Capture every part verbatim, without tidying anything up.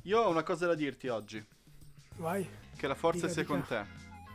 Io ho una cosa da dirti oggi, Vai, che la forza dica, sia con dica. te.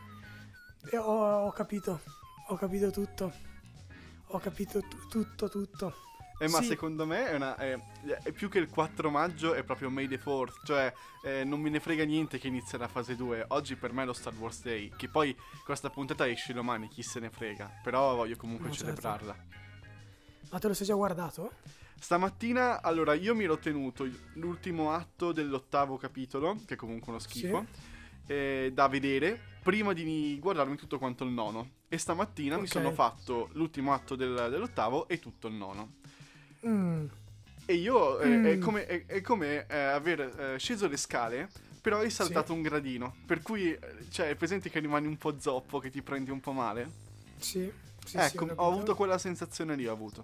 E ho, ho capito, ho capito tutto. Ho capito tu- tutto, tutto. Eh, ma Sì, secondo me è, una, è, è più che il quattro maggio, è proprio May the fourth. Cioè, eh, non me ne frega niente che inizia la fase due. Oggi per me è lo Star Wars Day. Che poi questa puntata esce domani, chi se ne frega. Però voglio comunque no, certo. celebrarla. Ma te lo sei già guardato? Stamattina, allora, io mi ero tenuto l'ultimo atto dell'ottavo capitolo, che è comunque uno Sì. schifo, eh, da vedere, prima di guardarmi tutto quanto il nono. E stamattina mi Ok. sono fatto l'ultimo atto del- dell'ottavo e tutto il nono. Mm, E io eh, è mm, come, è, è come eh, aver eh, sceso le scale, però hai sì, saltato un gradino. Per cui, eh, cioè, è presente che rimani un po' zoppo, che ti prendi un po' male? sì, sì, sì, ho Ecco, ho avuto capito. quella sensazione lì, ho avuto.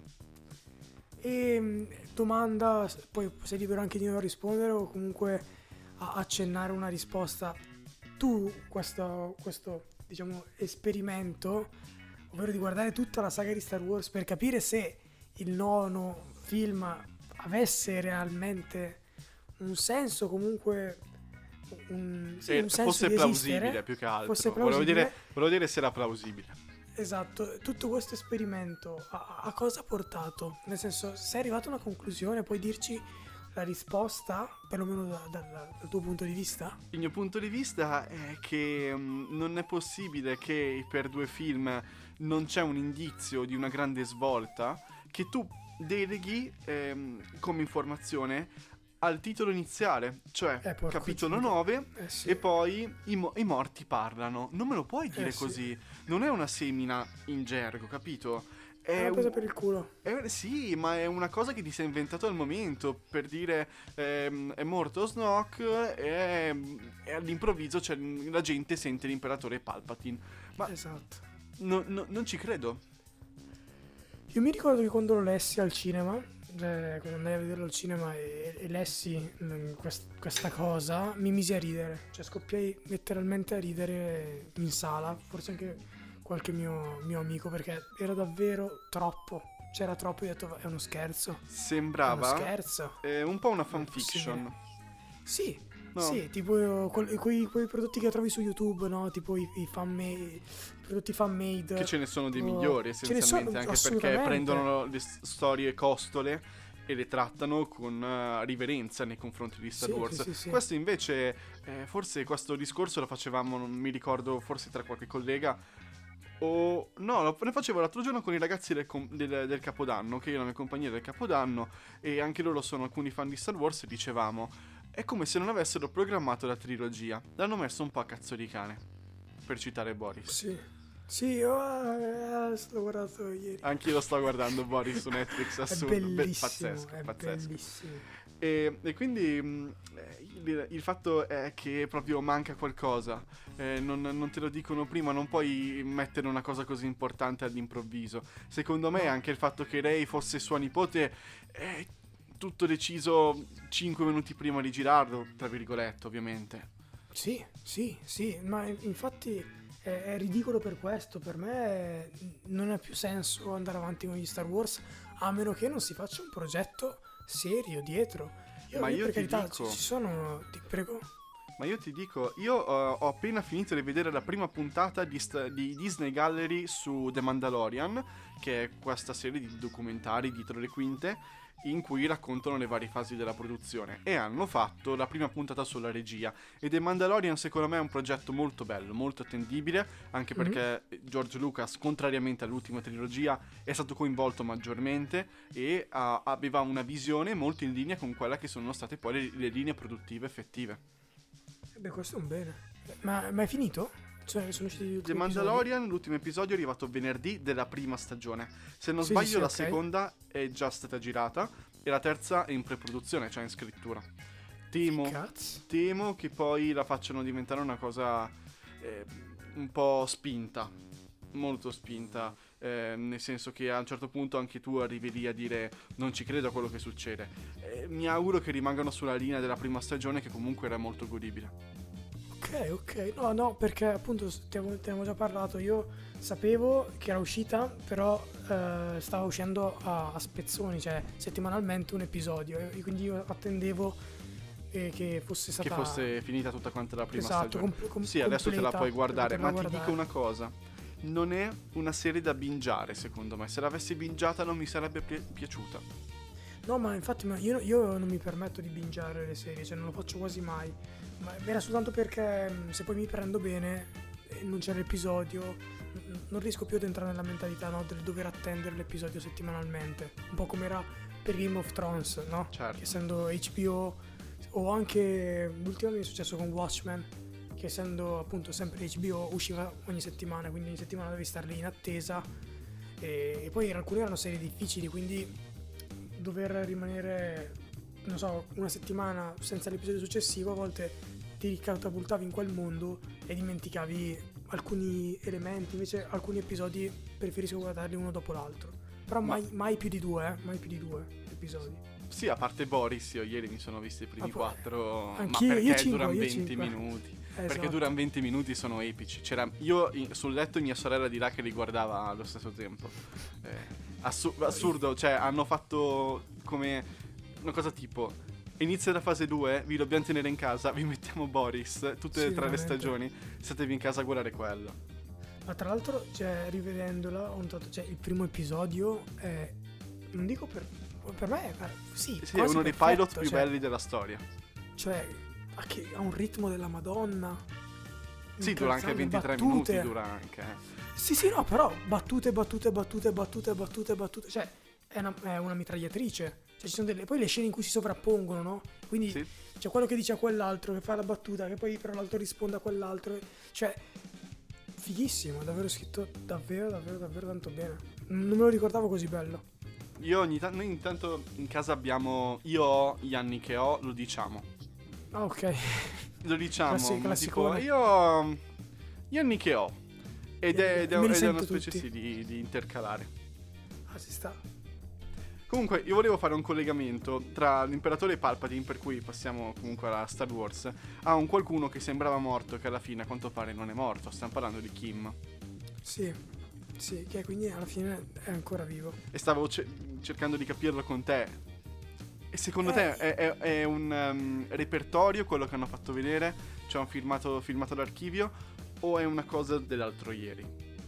E mm, domanda, s- poi sei libero anche di non rispondere o comunque a- accennare una risposta. Tu, questo, questo, diciamo, esperimento, ovvero di guardare tutta la saga di Star Wars per capire se il nono film avesse realmente un senso, comunque un, sì, E un senso fosse di plausibile, esistere, più che fosse altro. Volevo dire, plausibile. volevo dire se era plausibile. Esatto, tutto questo esperimento a, a cosa ha portato? Nel senso, sei arrivato a una conclusione, puoi dirci la risposta, perlomeno da- da- da- dal tuo punto di vista? Il mio punto di vista è che mm, non è possibile che per due film non c'è un indizio di una grande svolta che tu deleghi ehm, come informazione al titolo iniziale, cioè Eh, porco capitolo Giuda. nove Eh sì, e poi i, mo- i morti parlano. Non me lo puoi eh dire sì. così, non è una semina in gergo, capito? È È una presa un... per il culo. è- sì, ma è una cosa che ti sei inventato al momento per dire ehm, è morto Snoke e, e all'improvviso c'è, la gente sente l'imperatore Palpatine. Ma Esatto. no- no- non ci credo. Io mi ricordo che quando lo lessi al cinema, cioè quando andai a vederlo al cinema e, e lessi mm, quest- questa cosa, mi misi a ridere. Cioè scoppiai letteralmente a ridere in sala, forse anche qualche mio, mio amico, perché era davvero troppo. C'era troppo, io ho detto, è uno scherzo. È uno Sembrava scherzo. eh, un po' una Non è possibile. fanfiction. Sì, No? sì, tipo quel- quei, quei prodotti che trovi su YouTube, no? Tipo i, i fan made, i prodotti fan Che made. ce ne sono dei Tipo, migliori ce ne sono essenzialmente, anche perché assolutamente. prendono le s- storie costole e le trattano con eh, riverenza nei confronti di Star Sì, sì, Wars. sì, sì. Questo invece, eh, forse questo discorso lo facevamo, non mi ricordo, forse tra qualche collega, o no, lo- ne facevo l'altro giorno con i ragazzi del, com- del- del Capodanno, che io e la mia compagnia del Capodanno, e anche loro sono alcuni fan di Star Wars, e dicevamo, è come se non avessero programmato la trilogia, l'hanno messo un po' a cazzo di cane, per citare Boris. Sì, sì, oh, eh, l'ho guardato ieri. Anch'io lo sto guardando Boris su Netflix, È assurdo, Be- bellissimo, pazzesco, è pazzesco. bellissimo. E, e quindi mh, eh, il, il fatto è che proprio manca qualcosa, eh, non, non te lo dicono prima, non puoi mettere una cosa così importante all'improvviso. Secondo me No, anche il fatto che lei fosse sua nipote è tutto deciso cinque minuti prima di girarlo, tra virgolette ovviamente. sì, sì, sì, ma infatti è, è ridicolo per questo. Per me non ha più senso andare avanti con gli Star Wars a meno che non si faccia un progetto serio dietro. Io, Ma io io per ti carità, ci, dico... ci sono, ti prego. Ma io ti dico, io uh, ho appena finito di vedere la prima puntata di, sta- di Disney Gallery su The Mandalorian, che è questa serie di documentari dietro le quinte, in cui raccontano le varie fasi della produzione. E hanno fatto la prima puntata sulla regia. E The Mandalorian secondo me è un progetto molto bello, molto attendibile, anche Mhm. perché George Lucas, contrariamente all'ultima trilogia, è stato coinvolto maggiormente e ha- aveva una visione molto in linea con quella che sono state poi le, le linee produttive effettive. Eh beh, questo è un bene. Ma, ma è finito? Cioè, sono usciti gli The ultimi episodi? Mandalorian, l'ultimo episodio è arrivato venerdì della prima stagione. Se non Sì, sì, sbaglio, sì, la ok. seconda è già stata girata e la terza è in pre-produzione, cioè in scrittura. Che Temo, cazzo? temo che poi la facciano diventare una cosa eh, un po' spinta, molto spinta, eh, nel senso che a un certo punto anche tu arrivi lì a dire non ci credo a quello che succede. Eh, mi auguro che rimangano sulla linea della prima stagione che comunque era molto godibile. Ok, ok. No, no, perché appunto ti avevo, ti avevo già parlato. Io sapevo che era uscita, però eh, stava uscendo a, a spezzoni, cioè settimanalmente un episodio. E quindi io attendevo e che fosse stata... Che fosse finita tutta quanta la prima esatto, stagione. com- com- Sì, adesso te la completa puoi per guardare, ma poterla ti dico una cosa. Non è una serie da bingiare, secondo me. Se l'avessi bingiata non mi sarebbe pi- piaciuta. No, ma infatti ma io, io non mi permetto di bingiare le serie, cioè non lo faccio quasi mai. Ma era soltanto perché mh, se poi mi prendo bene e non c'è l'episodio, n- non riesco più ad entrare nella mentalità, no, del dover attendere l'episodio settimanalmente. Un po' come era per Game of Thrones, no? Certo. Che essendo H B O, o anche l'ultimo mi è successo con Watchmen, che essendo appunto sempre H B O usciva ogni settimana, quindi ogni settimana devi stare lì in attesa. E, e poi alcune erano serie difficili, quindi dover rimanere, non so, una settimana senza l'episodio successivo, a volte ti catapultavi in quel mondo e dimenticavi alcuni elementi. Invece alcuni episodi preferisco guardarli uno dopo l'altro, però Ma- mai, mai più di due, eh? mai più di due episodi. Sì, a parte Boris, io ieri mi sono visti i primi Ah, poi- quattro, ma anch'io, perché io cinque, durano io venti cinque. minuti. Esatto. Perché durano venti minuti, sono epici. C'era io in- sul letto e mia sorella di là che li guardava allo stesso tempo. Eh, assu- assurdo, cioè hanno fatto come una cosa tipo: inizia la fase due, vi dobbiamo tenere in casa, vi mettiamo Boris, tutte e Sì, tre le veramente. stagioni, statevi in casa a guardare quello. Ma tra l'altro, cioè, rivedendola, ho notato, cioè, il primo episodio è, non dico per, per me, è, sì, Sì, è quasi uno dei perfetto, pilot più cioè, belli della storia. Cioè, ha, che- ha un ritmo della Madonna. Sì, dura anche incalzante, ventitré battute. minuti, dura anche. eh. Sì, sì, no, però battute, battute, battute, battute, battute, battute. Cioè, è una, è una mitragliatrice. Cioè, ci sono delle, poi le scene in cui si sovrappongono, no? Quindi Sì. c'è quello che dice a quell'altro, che fa la battuta, che poi però l'altro risponde a quell'altro. Cioè, fighissimo, è davvero scritto davvero, davvero, davvero tanto bene. Non me lo ricordavo così bello. Io ogni tanto, noi intanto in casa abbiamo, io ho gli anni che ho, lo diciamo. Ah, ok. Lo diciamo, Classi- tipo, classicone. io ho gli anni che ho. Ed è, ed è- Me li ed è una sento specie tutti. sì, di, di intercalare. Ah, si sta. Comunque, io volevo fare un collegamento tra l'imperatore Palpatine, per cui passiamo comunque alla Star Wars, a un qualcuno che sembrava morto, che alla fine a quanto pare non è morto. Stiamo parlando di Kim. Sì, sì, che quindi alla fine è ancora vivo. E stavo ce- cercando di capirlo con te. E secondo Eh. te è, è- è un um, repertorio quello che hanno fatto vedere? Cioè un filmato, filmato d'archivio? O è una cosa dell'altro ieri?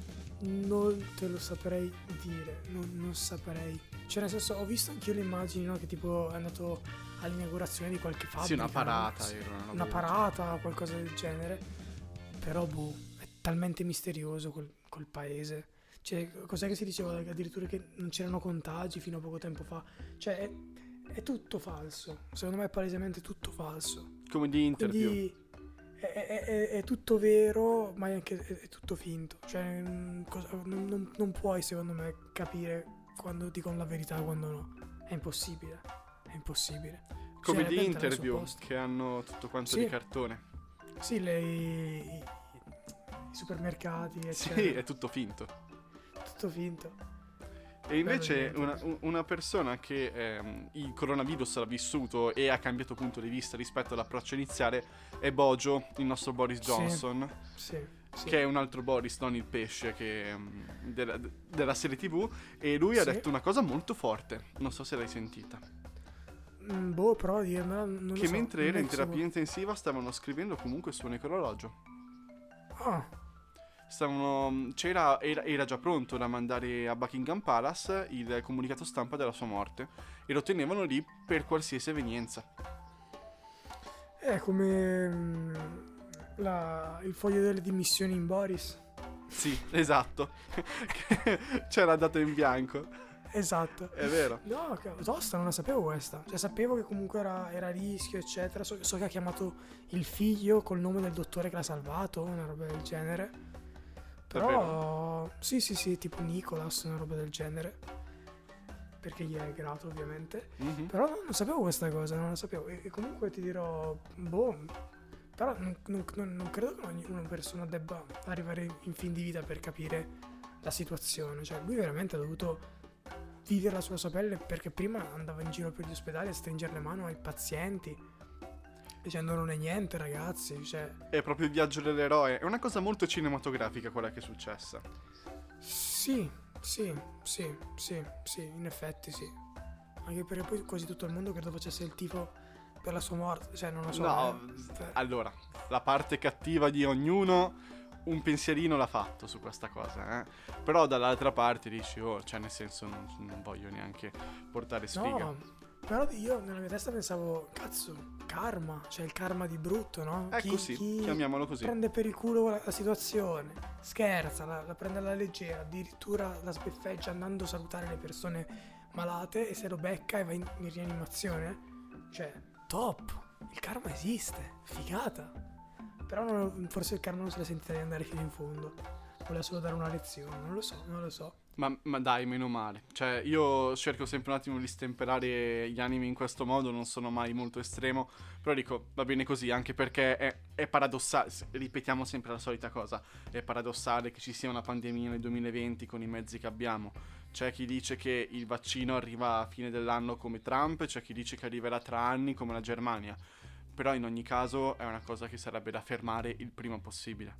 Non te lo saprei dire, non, non saprei. Cioè, nel senso, ho visto anch'io le immagini, no? Che tipo è andato all'inaugurazione di qualche fabbrica. Sì, una no? parata. Sì, Era una, una parata, qualcosa del genere. Però, boh, è talmente misterioso quel, quel paese. Cioè, cos'è che si diceva addirittura che non c'erano contagi fino a poco tempo fa? Cioè, è, è tutto falso. Secondo me è palesemente tutto falso. Come di interview. Quindi è, è- è- è tutto vero, ma è anche è, è tutto finto. Cioè, mm, cosa- non, non- non puoi, secondo me, capire quando dicono la verità e quando no. È impossibile. È impossibile. Come Bisognerebbe di entrare al suo interview, posto. che hanno tutto quanto Sì. di cartone. Sì, le, i, i- i supermercati, Sì, eccetera. è tutto finto. Tutto finto. E invece Bello, una, bello. un- una persona che ehm, il coronavirus l'ha vissuto e ha cambiato punto di vista rispetto all'approccio iniziale è Bojo, il nostro Boris Sì. Johnson, Sì, sì. che è un altro Boris, non il pesce che, ehm, della, della serie tivù, e lui ha Sì. detto una cosa molto forte, non so se l'hai sentita, Mm, boh, però a dirmela non lo che so, mentre non era ne in so. terapia intensiva stavano scrivendo comunque il suo necrologio. Ah, Stavano, c'era, era, era già pronto da mandare a Buckingham Palace il comunicato stampa della sua morte e lo tenevano lì per qualsiasi evenienza. è come mm, la- il foglio delle dimissioni in Boris. Sì, esatto. Che c'era data in bianco. Esatto. È vero. No, cavolo, tosta, non la sapevo questa. Cioè, sapevo che comunque era, era a rischio, eccetera. So, so che ha chiamato il figlio col nome del dottore che l'ha salvato, una roba del genere. Però, sì, sì, sì, tipo Nicholas, una roba del genere. Perché gli è grato, ovviamente. Mhm. Però no, non sapevo questa cosa, non la sapevo. E, e comunque ti dirò, boh. Però non, non- non- non credo che ogni- una persona debba arrivare in fin di vita per capire la situazione. Cioè, lui veramente ha dovuto vivere sulla sua pelle, perché prima andava in giro per gli ospedali a stringere le mani ai pazienti dicendo non è niente, ragazzi. Cioè, È proprio il viaggio dell'eroe. È una cosa molto cinematografica quella che è successa. sì, sì, sì, sì, sì, in effetti sì. Anche perché poi quasi tutto il mondo credo facesse il tifo per la sua morte, cioè non lo so. No, eh. allora, la parte cattiva di ognuno un pensierino l'ha fatto su questa cosa, eh. Però dall'altra parte dici, oh, cioè nel senso non, non voglio neanche portare sfiga. No, però io nella mia testa pensavo, cazzo, karma, cioè il karma di brutto, no? Ecco, chi, sì, chi chiamiamolo così. prende per il culo la, la situazione, scherza, la, la prende alla leggera, addirittura la sbeffeggia andando a salutare le persone malate e se lo becca e va in, in rianimazione. Cioè, top, il karma esiste, figata. Però non, forse il karma non se la sentita di andare fino in fondo, voleva solo dare una lezione, non lo so, non lo so. Ma, ma dai, meno male. Cioè, io cerco sempre un attimo di stemperare gli animi in questo modo, non sono mai molto estremo, però dico, va bene così, anche perché è, è paradossale, ripetiamo sempre la solita cosa, è paradossale che ci sia una pandemia nel duemilaventi con i mezzi che abbiamo. C'è chi dice che il vaccino arriva a fine dell'anno come Trump, c'è chi dice che arriverà tra anni come la Germania, però in ogni caso è una cosa che sarebbe da fermare il prima possibile.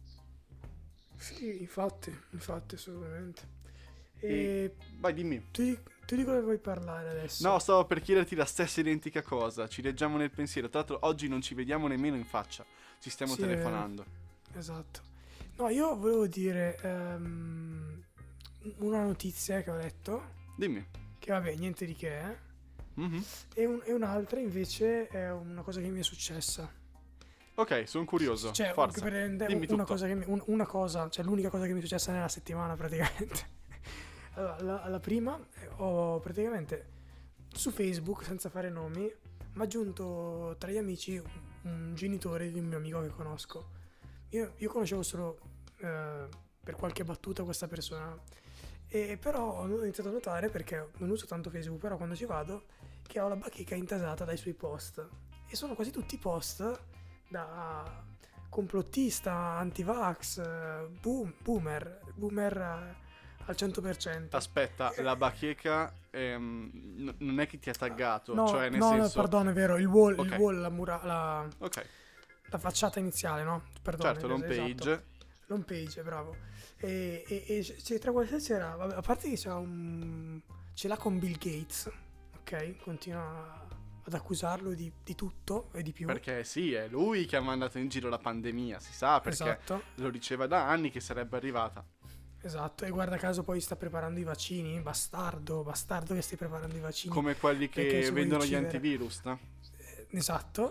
Sì, infatti, infatti, assolutamente. E... E vai, dimmi. tu, di- tu di cosa vuoi parlare adesso? No, stavo per chiederti la stessa identica cosa. Ci leggiamo nel pensiero. Tra l'altro oggi non ci vediamo nemmeno in faccia. Ci stiamo Sì, è telefonando. vero. Esatto. No, io volevo dire ehm, una notizia che ho letto, Dimmi. che vabbè, niente di che, eh? Mhm. E, un- e un'altra invece è una cosa che mi è successa. Ok, sono curioso. Cioè, Forza. per rendere- Dimmi una tutto. cosa che mi- un- una cosa, cioè l'unica cosa che mi è successa nella settimana praticamente. Allora, la, la prima, eh, ho praticamente su Facebook, senza fare nomi, mi ha aggiunto tra gli amici un, un genitore di un mio amico che conosco. Io, io conoscevo solo eh, per qualche battuta questa persona, e però ho iniziato a notare, perché non uso tanto Facebook, però quando ci vado, che ho la bacheca intasata dai suoi post. E sono quasi tutti post da complottista, anti-vax, eh, boom, boomer, boomer eh, al cento per cento. Aspetta, la bacheca ehm, n- non è che ti ha taggato. No, cioè, nel no, no, senso... perdono, è vero, il wall, Ok. il wall la, mura, la, Ok, la facciata iniziale, no? Perdono, certo, l'home esatto. page. L'home page, bravo. E, e, e c- tra queste c'era, vabbè, a parte che c'era un... ce l'ha con Bill Gates, ok? Continua ad accusarlo di, di tutto e di più. Perché sì, è lui che ha mandato in giro la pandemia, si sa, perché Esatto, lo diceva da anni che sarebbe arrivata. esatto. E guarda caso poi sta preparando i vaccini, bastardo, bastardo che stai preparando i vaccini. Come quelli Perché che ci vuoi vendono gli uccidere. antivirus, no? Esatto,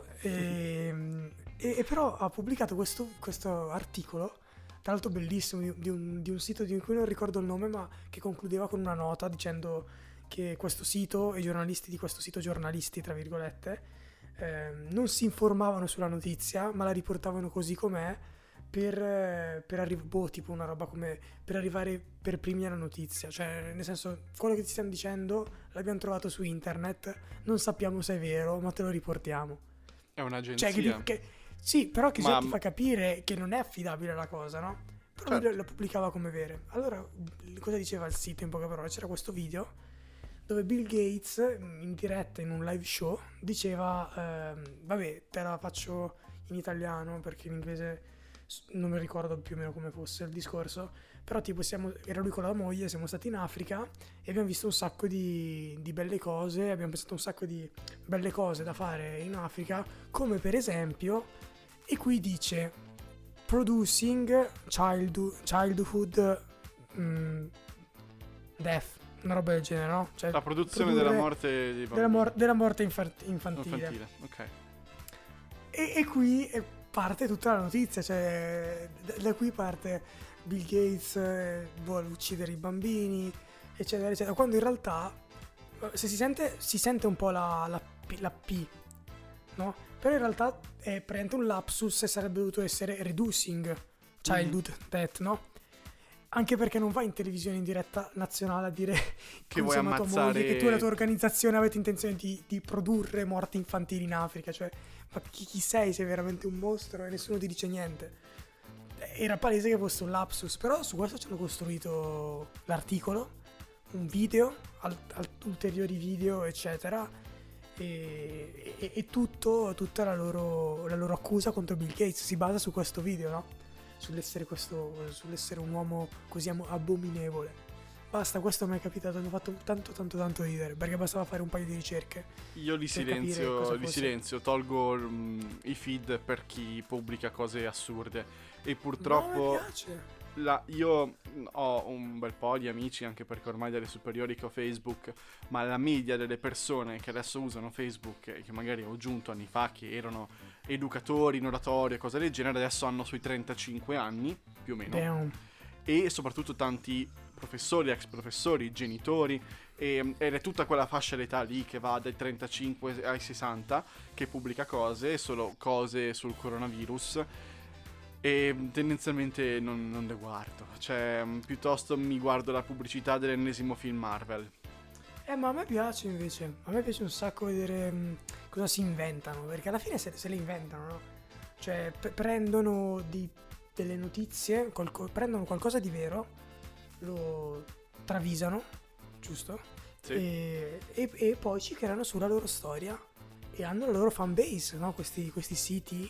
e, e- e però ha pubblicato questo, questo articolo, tra l'altro bellissimo, di, di un, di un sito di cui non ricordo il nome, ma che concludeva con una nota dicendo che questo sito e i giornalisti di questo sito, giornalisti tra virgolette, ehm, non si informavano sulla notizia, ma la riportavano così com'è per, eh, per arrivare, boh, tipo una roba come per arrivare per primi alla notizia. Cioè, nel senso, quello che ti stiamo dicendo l'abbiamo trovato su internet, non sappiamo se è vero, ma te lo riportiamo. È un'agenzia. Cioè, che, ti- che- sì, però che Ma- già ti fa capire che non è affidabile la cosa, no? Però Certo. lui lo pubblicava come vere. Allora, cosa diceva il sito in poche parole? C'era questo video dove Bill Gates, in diretta in un live show, diceva, ehm, vabbè, te la faccio in italiano perché in inglese s- non mi ricordo più o meno come fosse il discorso, però tipo siamo, era lui con la moglie, siamo stati in Africa e abbiamo visto un sacco di, di belle cose, abbiamo pensato un sacco di belle cose da fare in Africa, come per esempio, e qui dice producing childhood, childhood mm, death, una roba del genere, no? Cioè, La produzione produrre- della morte dei bambini. della, mor- della morte infant- infantile. infantile. Ok. E, e qui eh, parte tutta la notizia, cioè da, da qui parte Bill Gates eh, vuole uccidere i bambini, eccetera, eccetera, quando in realtà, eh, se si sente, si sente un po' la, la, P, la P, no? Però in realtà è praticamente un lapsus e sarebbe dovuto essere reducing childhood death, no? Anche perché non vai in televisione in diretta nazionale a dire Che vuoi insieme a tua ammazzare- moglie che tu e la tua organizzazione avete intenzione di, di produrre morti infantili in Africa, cioè ma chi, chi sei? Sei veramente un mostro e nessuno ti dice niente. Era palese che fosse un lapsus, però su questo ci hanno costruito l'articolo, un video, al, al- ulteriori video, eccetera, e, e- e tutto, tutta la loro, la loro accusa contro Bill Gates si basa su questo video, no? Sull'essere, questo, sull'essere un uomo così amo- abominevole. Basta, questo mi è capitato, mi ha fatto tanto tanto tanto ridere, perché bastava fare un paio di ricerche. Io li per capire silenzio, cosa li fosse. silenzio, tolgo mm, i feed per chi pubblica cose assurde. E No, mi purtroppo piace. la- io ho un bel po' di amici, anche perché ormai dalle superiori che ho Facebook, ma la media delle persone che adesso usano Facebook e che magari ho aggiunto anni fa, che erano educatori in oratorio e cose del genere, adesso hanno sui trentacinque anni, più o meno. Damn. E soprattutto tanti professori, ex professori, genitori, e, ed è tutta quella fascia d'età lì che va dai trentacinque ai sessanta che pubblica cose, solo cose sul coronavirus, e tendenzialmente non, non le guardo, cioè mh, piuttosto mi guardo la pubblicità dell'ennesimo film Marvel. Eh, ma a me piace invece, a me piace un sacco vedere mh, cosa si inventano, perché alla fine se, se le inventano, no? Cioè p- prendono di- delle notizie, qualco- prendono qualcosa di vero, lo travisano, giusto? Sì. E, e- e poi ci creano sulla loro storia e hanno la loro fan base, no? Questi, questi siti.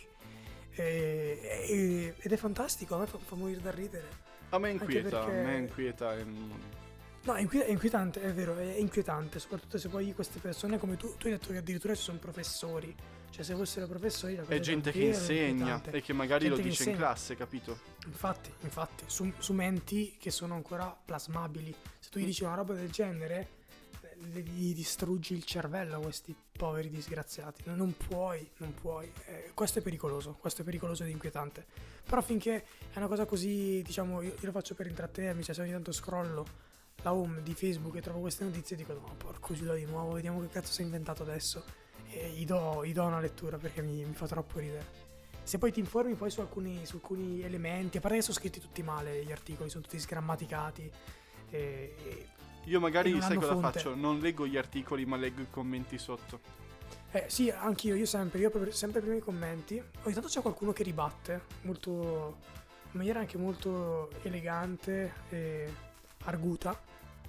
E- e- ed è fantastico, a me fa, fa morire da ridere. A me inquieta, perché- a me inquieta. e non- No, è inqui- è inquietante, è vero, è inquietante, soprattutto se poi queste persone come tu, tu hai detto che addirittura ci sono professori, cioè se fossero professori la cosa È gente che davvero insegna inquietante. e che magari Gente lo che dice in insegna. classe, capito? Infatti, infatti, su, su menti che sono ancora plasmabili, se tu gli dici una roba del genere, eh, le- gli distruggi il cervello a questi poveri disgraziati, non, non puoi, non puoi, Eh, questo è pericoloso, questo è pericoloso ed inquietante, però finché è una cosa così, diciamo, io, io lo faccio per intrattenermi, cioè se ogni tanto scrollo la home di Facebook e trovo queste notizie dico no porco giuda di nuovo, vediamo che cazzo si è inventato adesso e gli do, gli do una lettura perché mi, mi fa troppo ridere. Se poi ti informi poi su alcuni, su alcuni elementi, a parte che sono scritti tutti male gli articoli, sono tutti sgrammaticati e, e- Io e magari non sai hanno cosa fonte. faccio? Non leggo gli articoli, ma leggo i commenti sotto. Eh sì, anch'io, io sempre, io proprio- sempre prima i commenti. Ogni tanto c'è qualcuno che ribatte, molto, in maniera anche molto elegante e arguta,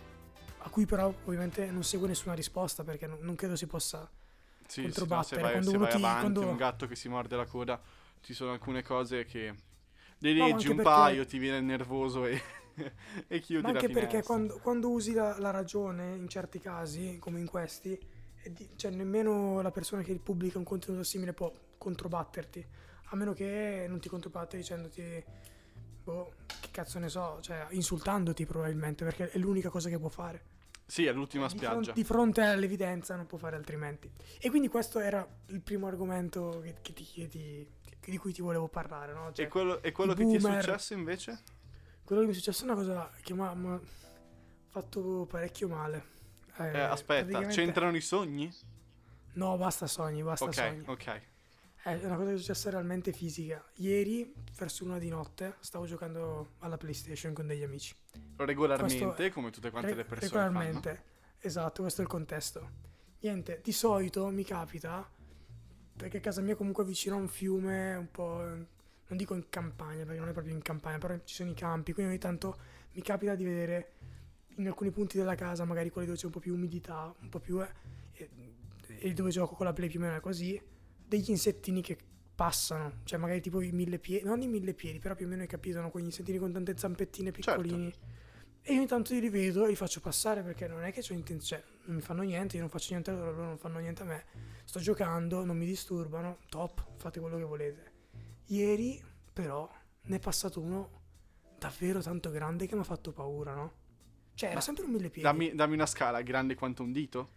a cui però ovviamente non segue nessuna risposta perché non, non credo si possa Sì, sì, no, se controbattere. vai, Quando se uno vai ti- avanti, quando- un gatto che si morde la coda, ci sono alcune cose che le No, ma leggi anche un perché- paio, ti viene nervoso e, e chiudi Ma la anche finestra. perché quando, quando usi la, la ragione in certi casi, come in questi, è di- cioè nemmeno la persona che pubblica un contenuto simile può controbatterti, a meno che non ti controbatte dicendoti, boh, che cazzo ne so, cioè insultandoti probabilmente, perché è l'unica cosa che può fare. Sì, è l'ultima Di, spiaggia. fron- di fronte all'evidenza non può fare altrimenti. E quindi questo era il primo argomento che, che ti chiedi, di cui ti volevo parlare, no? Cioè, E quello, e quello i che ti è boomer- successo invece? quello che mi è successo è una cosa che mi ha mi ha fatto parecchio male. Eh, Eh, aspetta, praticamente- c'entrano i sogni? No, basta sogni, basta Ok, sogni. ok. È una cosa che è successa realmente fisica. Ieri, verso una di notte, stavo giocando alla PlayStation con degli amici. Regolarmente, Questo- come tutte quante Re- le persone fanno. regolarmente. Esatto, questo è il contesto. Niente, di solito mi capita, perché casa mia comunque è vicino a un fiume, un po', non dico in campagna, perché non è proprio in campagna, però ci sono i campi, quindi ogni tanto mi capita di vedere in alcuni punti della casa, magari quelli dove c'è un po' più umidità, un po' più... eh, e, e dove gioco con la play più o meno è così, degli insettini che passano, cioè magari tipo i mille piedi, non i mille piedi, però più o meno hai capito, no? Quegli insettini con tante zampettine piccolini. E io ogni tanto li rivedo e li faccio passare perché non è che c'ho intenzione, cioè, non mi fanno niente, io non faccio niente a loro, loro non fanno niente a me. Sto giocando, non mi disturbano, top, fate quello che volete. Ieri però ne è passato uno davvero tanto grande che mi ha fatto paura, no? Cioè era Ma sempre un mille piedi, Dammi, dammi una scala grande quanto un dito?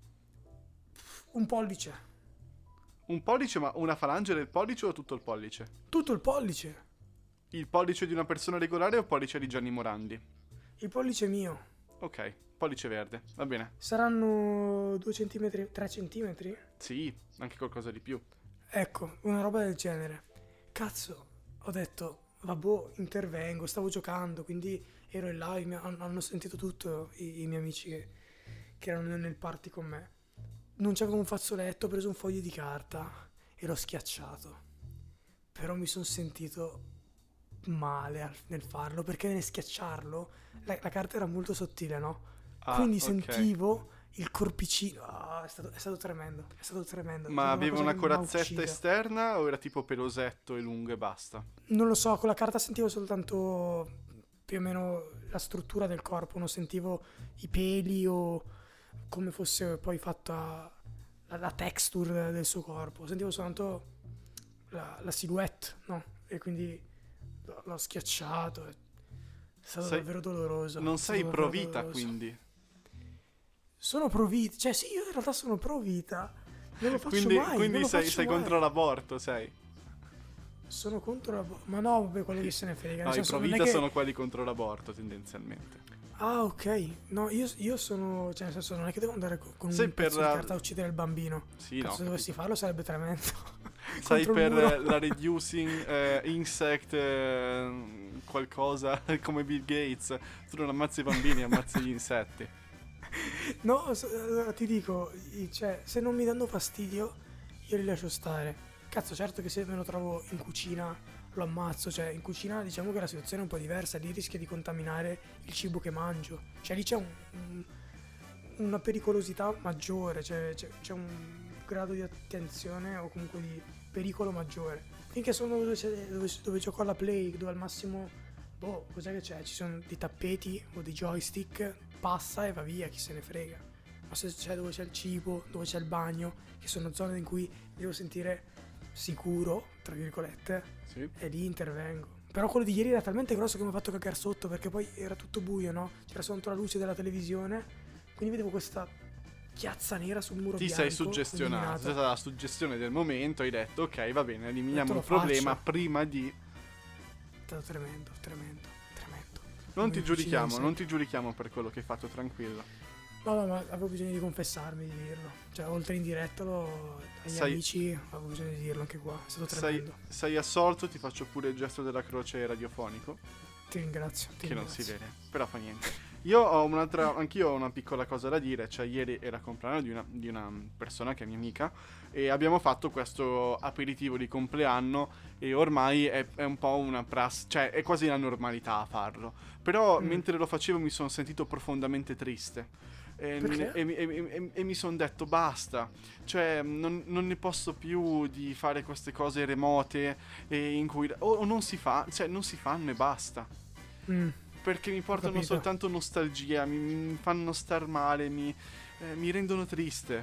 un pollice, Un pollice, ma una falange del pollice o tutto il pollice? tutto il pollice, Il pollice di una persona regolare o il pollice di Gianni Morandi? il pollice mio. Ok, pollice verde, va bene. Saranno due centimetri, tre centimetri? Sì, anche qualcosa di più. Ecco, una roba del genere. Cazzo, ho detto, vabbè, intervengo, stavo giocando, quindi ero in live, han- hanno sentito tutto i, i miei amici che, che erano nel party con me. Non c'avevo un fazzoletto, ho preso un foglio di carta e l'ho schiacciato. Però mi sono sentito male al- nel farlo, perché nel schiacciarlo la, la carta era molto sottile, no? Ah, Quindi ok. sentivo il corpicino. Ah, è, stato, è stato tremendo, è stato tremendo. È Ma stata aveva cosa una che mi ha corazzetta ucciso. esterna o era tipo pelosetto e lungo e basta? Non lo so, con la carta sentivo soltanto più o meno la struttura del corpo, non sentivo i peli o come fosse poi fatta la, la texture del suo corpo, sentivo soltanto la, la silhouette, no? E quindi l'ho, l'ho schiacciato, è stato sei, davvero doloroso. Non sei pro vita, quindi? Sono pro vita, cioè sì, io in realtà sono pro vita, non lo faccio quindi, mai. Quindi non lo sei, faccio sei mai. contro l'aborto, sei? Sono contro l'aborto, ma no, vabbè, quello che se ne frega. No, i senso, pro non è vita che... sono quelli contro l'aborto, tendenzialmente. Ah, ok. No, io, io sono, cioè nel senso, non è che devo andare con, con Sei un pezzo per, di carta a uccidere il bambino. Sì, Cazzo, no, se dovessi farlo sarebbe tremendo. Sai, Contro il per muro. la reducing eh, insect eh, qualcosa come Bill Gates. Tu non ammazzi i bambini, ammazzi gli insetti. No, so- allora ti dico, i- cioè, se non mi danno fastidio, io li lascio stare. Cazzo, certo che se me lo trovo in cucina lo ammazzo, cioè in cucina diciamo che la situazione è un po' diversa, lì rischia di contaminare il cibo che mangio, cioè lì c'è un, un- una pericolosità maggiore, cioè c'è, c'è un grado di attenzione o comunque di pericolo maggiore. Finché sono dove, c'è- dove, dove gioco alla play, dove al massimo, boh, cos'è che c'è? Ci sono dei tappeti o dei joystick, passa e va via, chi se ne frega. Ma se c'è dove c'è il cibo, dove c'è il bagno, che sono zone in cui mi devo sentire sicuro, tra virgolette, Sì. e lì intervengo. Però quello di ieri era talmente grosso che mi ha fatto cagare sotto, perché poi era tutto buio, no? C'era soltanto la luce della televisione, quindi vedevo questa chiazza nera sul muro Ti bianco. sei suggestionato, illuminata. è stata la suggestione del momento, hai detto ok, va bene, eliminiamo Detto, il lo problema faccio. prima di... È stato tremendo, tremendo, tremendo. Non ti Mi giudichiamo, uccide, non ti giudichiamo per quello che hai fatto, tranquillo. No, no, ma avevo bisogno di confessarmi, di dirlo. Cioè, oltre in diretta, lo, agli Sai- amici, avevo bisogno di dirlo anche qua. È stato Sei, tremendo. sei assolto, ti faccio pure il gesto della croce radiofonico, Ti ringrazio. Ti che non ringrazio. si vede, però fa niente. Io ho un'altra, anch'io ho una piccola cosa da dire, cioè ieri era il compleanno di una, di una persona che è mia amica e abbiamo fatto questo aperitivo di compleanno e ormai è, è un po' una prassi, cioè è quasi la normalità a farlo. Però Mm. mentre lo facevo mi sono sentito profondamente triste. E, Perché? e- e- e- e mi sono detto basta, cioè non, non ne posso più di fare queste cose remote e in cui o, o non si fa, cioè non si fanno e basta, Mm. perché mi portano capito. soltanto nostalgia, mi, mi fanno star male, mi, eh, mi rendono triste.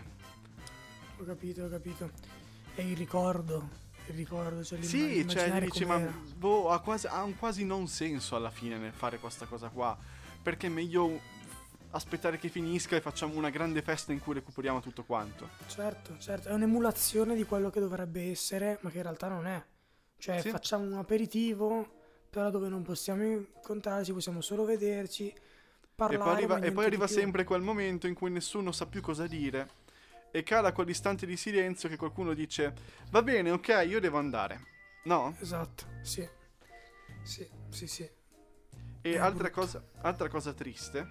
Ho capito, ho capito. È il ricordo. Il ricordo, cioè l'imm- Sì, cioè immaginare dici ma com'era. boh, ha, quasi, ha un quasi non senso alla fine nel fare questa cosa qua, perché è meglio aspettare che finisca e facciamo una grande festa in cui recuperiamo tutto quanto. Certo, certo. È un'emulazione di quello che dovrebbe essere, ma che in realtà non è. Cioè, Sì. facciamo un aperitivo, però dove non possiamo incontrarci, possiamo solo vederci, parlare. E poi arriva, ma e niente poi arriva di più. sempre quel momento in cui nessuno sa più cosa dire e cala quell'istante di silenzio che qualcuno dice va bene, ok, io devo andare. No? Esatto, sì. Sì, sì, sì. E È altra brutto. cosa, altra cosa triste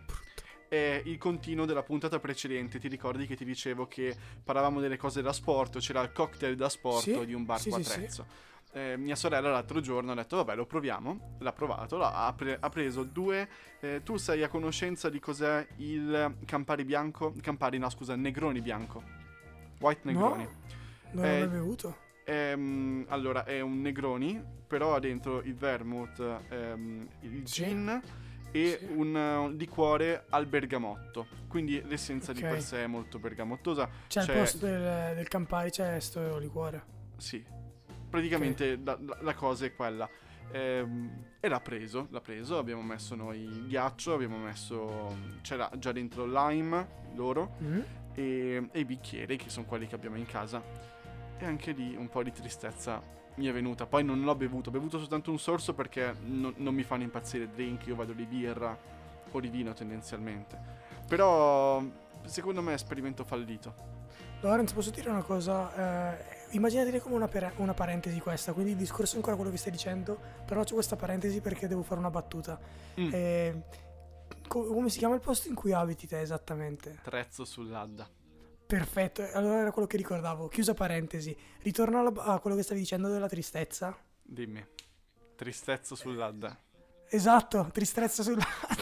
è il continuo della puntata precedente. Ti ricordi che ti dicevo che parlavamo delle cose da sport, c'era il cocktail da sport Sì, di un bar sì, sì, sì. Quattrezzo. Eh, mia sorella l'altro giorno ha detto vabbè, lo proviamo, l'ha provato, l'ha- ha, pre- ha preso due eh, tu sei a conoscenza di cos'è il Campari bianco? Campari no, scusa, Negroni bianco, White Negroni. No, non Eh, l'ho mai bevuto. Ehm, allora è un Negroni, però ha dentro il vermouth, ehm, il Sì. gin e Sì. un uh, liquore al bergamotto, quindi l'essenza di Ok. per sé è molto bergamottosa. Cioè, al c'è- posto del, del Campari c'è sto liquore. Sì, praticamente la, la- la cosa è quella. Ehm, e l'ha preso, l'ha preso, abbiamo messo noi il ghiaccio, abbiamo messo, c'era già dentro il lime, loro, Mm? e, e i bicchieri, che sono quelli che abbiamo in casa. E anche lì un po' di tristezza mi è venuta. Poi non l'ho bevuto, ho bevuto soltanto un sorso perché non, non mi fanno impazzire drink, io vado di birra o di vino tendenzialmente. Però secondo me è esperimento fallito. Lorenzo, posso dire una cosa? Eh, immaginateli come una, pera- una parentesi questa, quindi il discorso è ancora quello che stai dicendo, però c'è questa parentesi perché devo fare una battuta. Mm. Eh, co- come si chiama il posto in cui abiti te esattamente? Trezzo sull'Adda. Perfetto, allora era quello che ricordavo. Chiusa parentesi. Ritorno alla- a quello che stavi dicendo della tristezza. Dimmi. Tristezzo sull'Adda. Esatto, tristezza sulla...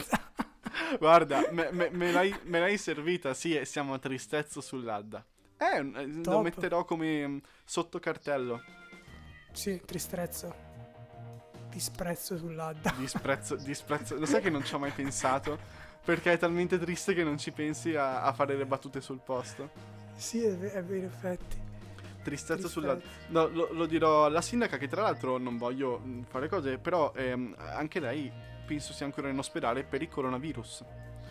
Guarda, me, me- me l'hai, me l'hai servita, sì, e siamo a tristezzo sull'Adda. Eh, eh, lo Top. metterò come mm, sotto cartello. Sì, tristezzo. disprezzo sull'Adda. Disprezzo, disprezzo. Lo sai che non ci ho mai pensato? Perché è talmente triste che non ci pensi a, a fare le battute sul posto. Sì, è vero, è vero, in effetti. Tristezza Tristezza. sulla... No, lo, lo dirò alla sindaca, che tra l'altro non voglio mh, fare cose, però ehm, anche lei penso sia ancora in ospedale per il coronavirus.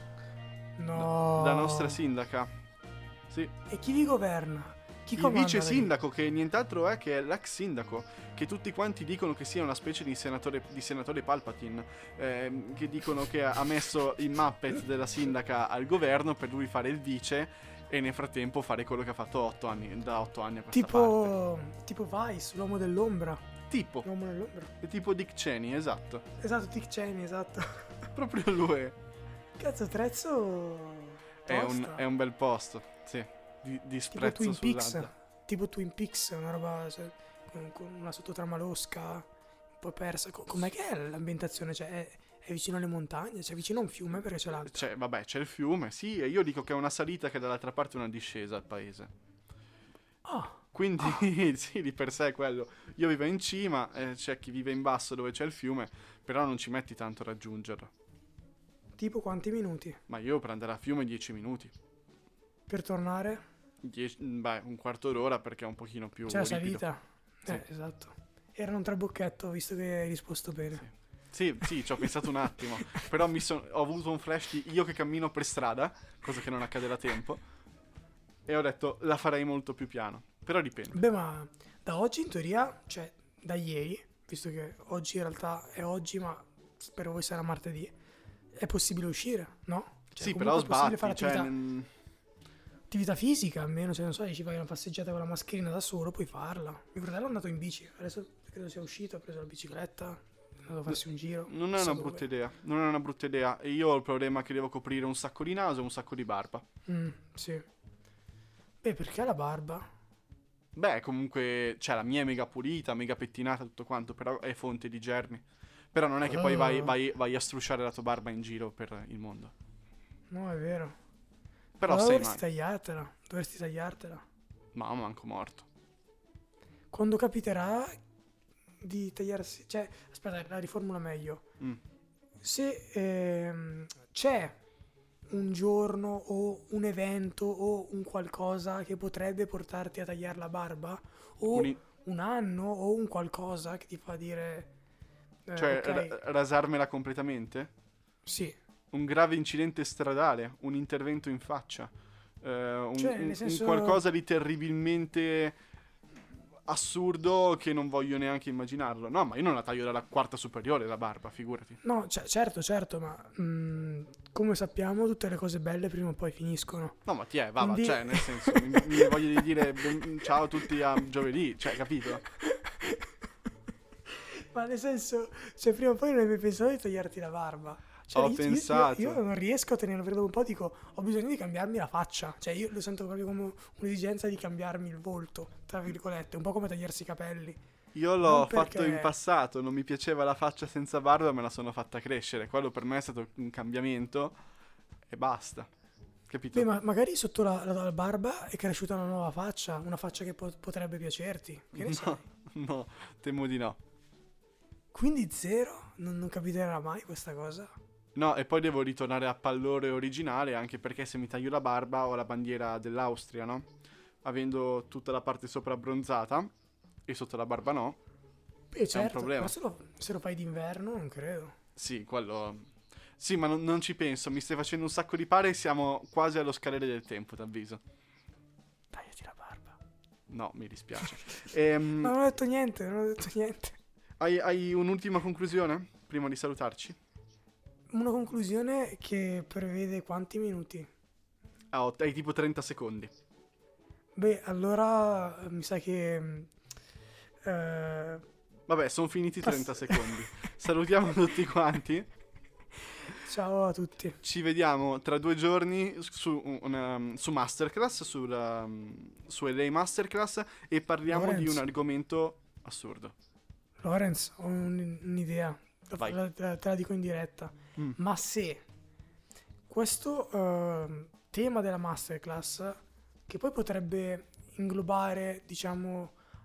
No. La nostra sindaca. Sì. E chi vi governa? Chi Il comanda vice lì? sindaco, che nient'altro è che è l'ex sindaco, che tutti quanti dicono che sia una specie di senatore, di senatore Palpatine, ehm, che dicono che ha messo il Muppet della sindaca al governo per lui fare il vice e nel frattempo fare quello che ha fatto otto anni, da otto anni a questa Tipo, parte. tipo Vice, l'uomo dell'ombra. Tipo, L'uomo nell'ombra. è tipo Dick Cheney, esatto. Esatto, Dick Cheney, esatto. Proprio lui. Cazzo, Trezzo... È un, tosta. è un bel posto, sì. Di, Tipo disprezzo Twin Peaks. sull'Adda. Tipo Twin Peaks, una roba... cioè, con, con una sottotrama losca, un po' persa. Co- com'è che è l'ambientazione? Cioè, è, è vicino alle montagne? Cioè, vicino a un fiume perché c'è l'altro. C'è, vabbè, c'è il fiume, sì, e io dico che è una salita che dall'altra parte è una discesa al paese. Ah, Quindi sì, di per sé è quello. Io vivo in cima, eh, c'è chi vive in basso dove c'è il fiume, però non ci metti tanto a raggiungerlo. tipo quanti minuti? Ma io per andare a fiume dieci minuti. Per tornare? Dieci- beh, un quarto d'ora perché è un pochino più C'è la ripido. salita? Sì. Eh, esatto. Era un trabocchetto, visto che hai risposto bene. Sì, sì, ci ho pensato un attimo. Però mi son- ho avuto un flash di io che cammino per strada, cosa che non accade da tempo, e ho detto la farei molto più piano. Però dipende. Beh, ma da oggi in teoria, cioè da ieri, visto che oggi in realtà è oggi, ma per voi sarà martedì, è possibile uscire, no? Cioè, Sì, comunque però è possibile sbatti, fare cioè, attività, n- attività fisica, almeno, cioè non so, ci fai una passeggiata con la mascherina da solo, puoi farla. Mio fratello è andato in bici, adesso credo sia uscito, ha preso la bicicletta, è andato a farsi un giro. non è chissà una dove. brutta idea. Non è una brutta idea. E io ho il problema che devo coprire un sacco di naso e un sacco di barba. Mm, sì. Beh, perché la barba? Beh, comunque, cioè, la mia è mega pulita, mega pettinata, tutto quanto, però è fonte di germi. Però non è che poi vai, Ah. vai, vai a strusciare la tua barba in giro per il mondo. No, è vero. Però Ma sei dovresti male. tagliartela, dovresti tagliartela. Ma manco morto. Quando capiterà di tagliarsi, cioè, aspetta, la riformula meglio. Mm. Se ehm, c'è un giorno o un evento o un qualcosa che potrebbe portarti a tagliare la barba, o Un i- un anno o un qualcosa che ti fa dire eh, Cioè, ok, ra- rasarmela completamente? sì, Un grave incidente stradale, un intervento in faccia, eh, un, Cioè, un- nel senso- un qualcosa di terribilmente assurdo che non voglio neanche immaginarlo. No, ma io non la taglio dalla quarta superiore la barba, figurati. no, cioè, certo, certo, ma mm, come sappiamo tutte le cose belle prima o poi finiscono. No, ma ti è, va, va, Quindi- cioè, nel senso, mi, mi voglio dire ben- ciao a tutti a giovedì, cioè, capito? Ma nel senso, cioè prima o poi non hai mai pensato di tagliarti la barba? Cioè, Ho io, io- pensato. Io, non riesco a tenerlo, perché dopo un po' dico, ho bisogno di cambiarmi la faccia. Cioè io lo sento proprio come un'esigenza di cambiarmi il volto, tra virgolette, un po' come tagliarsi i capelli. Io l'ho Non fatto perché- in passato, non mi piaceva la faccia senza barba, me la sono fatta crescere. Quello per me è stato un cambiamento e basta. Capito? Beh, ma magari sotto la, la- la barba è cresciuta una nuova faccia, una faccia che po- potrebbe piacerti. Che ne sai? No, no, temo di no. Quindi zero? Non, non capiterà mai questa cosa? No, e poi devo ritornare a pallore originale, anche perché se mi taglio la barba ho la bandiera dell'Austria, no? Avendo tutta la parte sopra abbronzata e sotto la barba no. Beh, certo, problema. però se lo, se lo fai d'inverno non credo. Sì, quello... Sì, ma non, non ci penso, mi stai facendo un sacco di pare e siamo quasi allo scalere del tempo, t'avviso. Tagliati la barba. No, mi dispiace. Ehm, Ma non ho detto niente, non ho detto niente. hai, hai un'ultima conclusione prima di salutarci? Una conclusione che prevede quanti minuti? Ah, ho- hai tipo trenta secondi. Beh, allora eh, mi sa che... mm, eh, Vabbè, sono finiti i Pass- trenta secondi. Salutiamo tutti quanti. ciao a tutti. Ci vediamo tra due giorni su, una, su Masterclass, sulla, su L A Masterclass, e parliamo di Lorenzo. un argomento assurdo. Lorenz, ho un- un'idea. Vai. La- Te te la dico in diretta. Mm. Ma se questo ehm, tema della masterclass, che poi potrebbe inglobare, diciamo,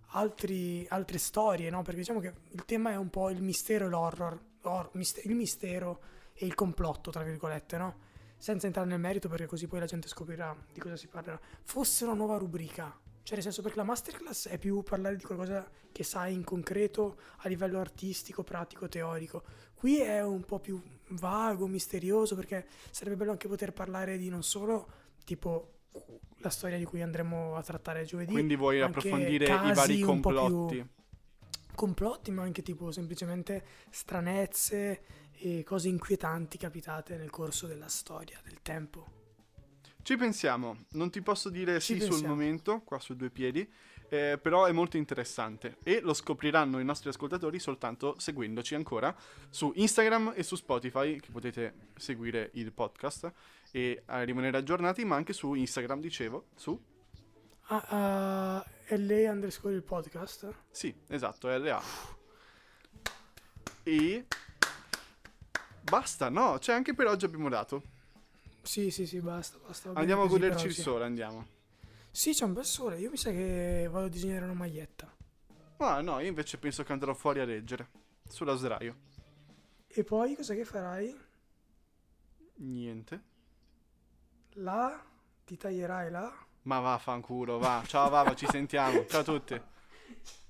altri, altre storie, no? Perché diciamo che il tema è un po' il mistero e l'horror, L'hor- miste- il mistero e il complotto, tra virgolette, no? Senza entrare nel merito, perché così poi la gente scoprirà di cosa si parlerà. Fosse una nuova rubrica, cioè nel senso, perché la masterclass è più parlare di qualcosa che sai in concreto a livello artistico, pratico, teorico. Qui è un po' più vago, misterioso, perché sarebbe bello anche poter parlare di non solo tipo la storia di cui andremo a trattare giovedì, Quindi vuoi anche approfondire i casi vari un po' più complotti? complotti, ma anche tipo semplicemente stranezze e cose inquietanti capitate nel corso della storia, del tempo. Ci pensiamo, non ti posso dire Ci sì sul pensiamo. momento, qua su due piedi, eh, però è molto interessante e lo scopriranno i nostri ascoltatori soltanto seguendoci ancora su Instagram e su Spotify, che potete seguire il podcast e eh, rimanere aggiornati, ma anche su Instagram, dicevo, su... Ah, uh, L A underscore il podcast? Sì, esatto, L A. E... basta, no, cioè anche per oggi abbiamo dato. Sì, sì, sì, basta, basta. va Andiamo a bene così per goderci il oggi. sole, andiamo. Sì, c'è un bel sole. Io mi sa che vado a disegnare una maglietta. Ah no, io invece penso che andrò fuori a leggere, sulla sdraio. E poi cosa che farai? Niente. Là? Ti taglierai là? Ma vaffanculo, va. Ciao, va, ci sentiamo. Ciao a tutti.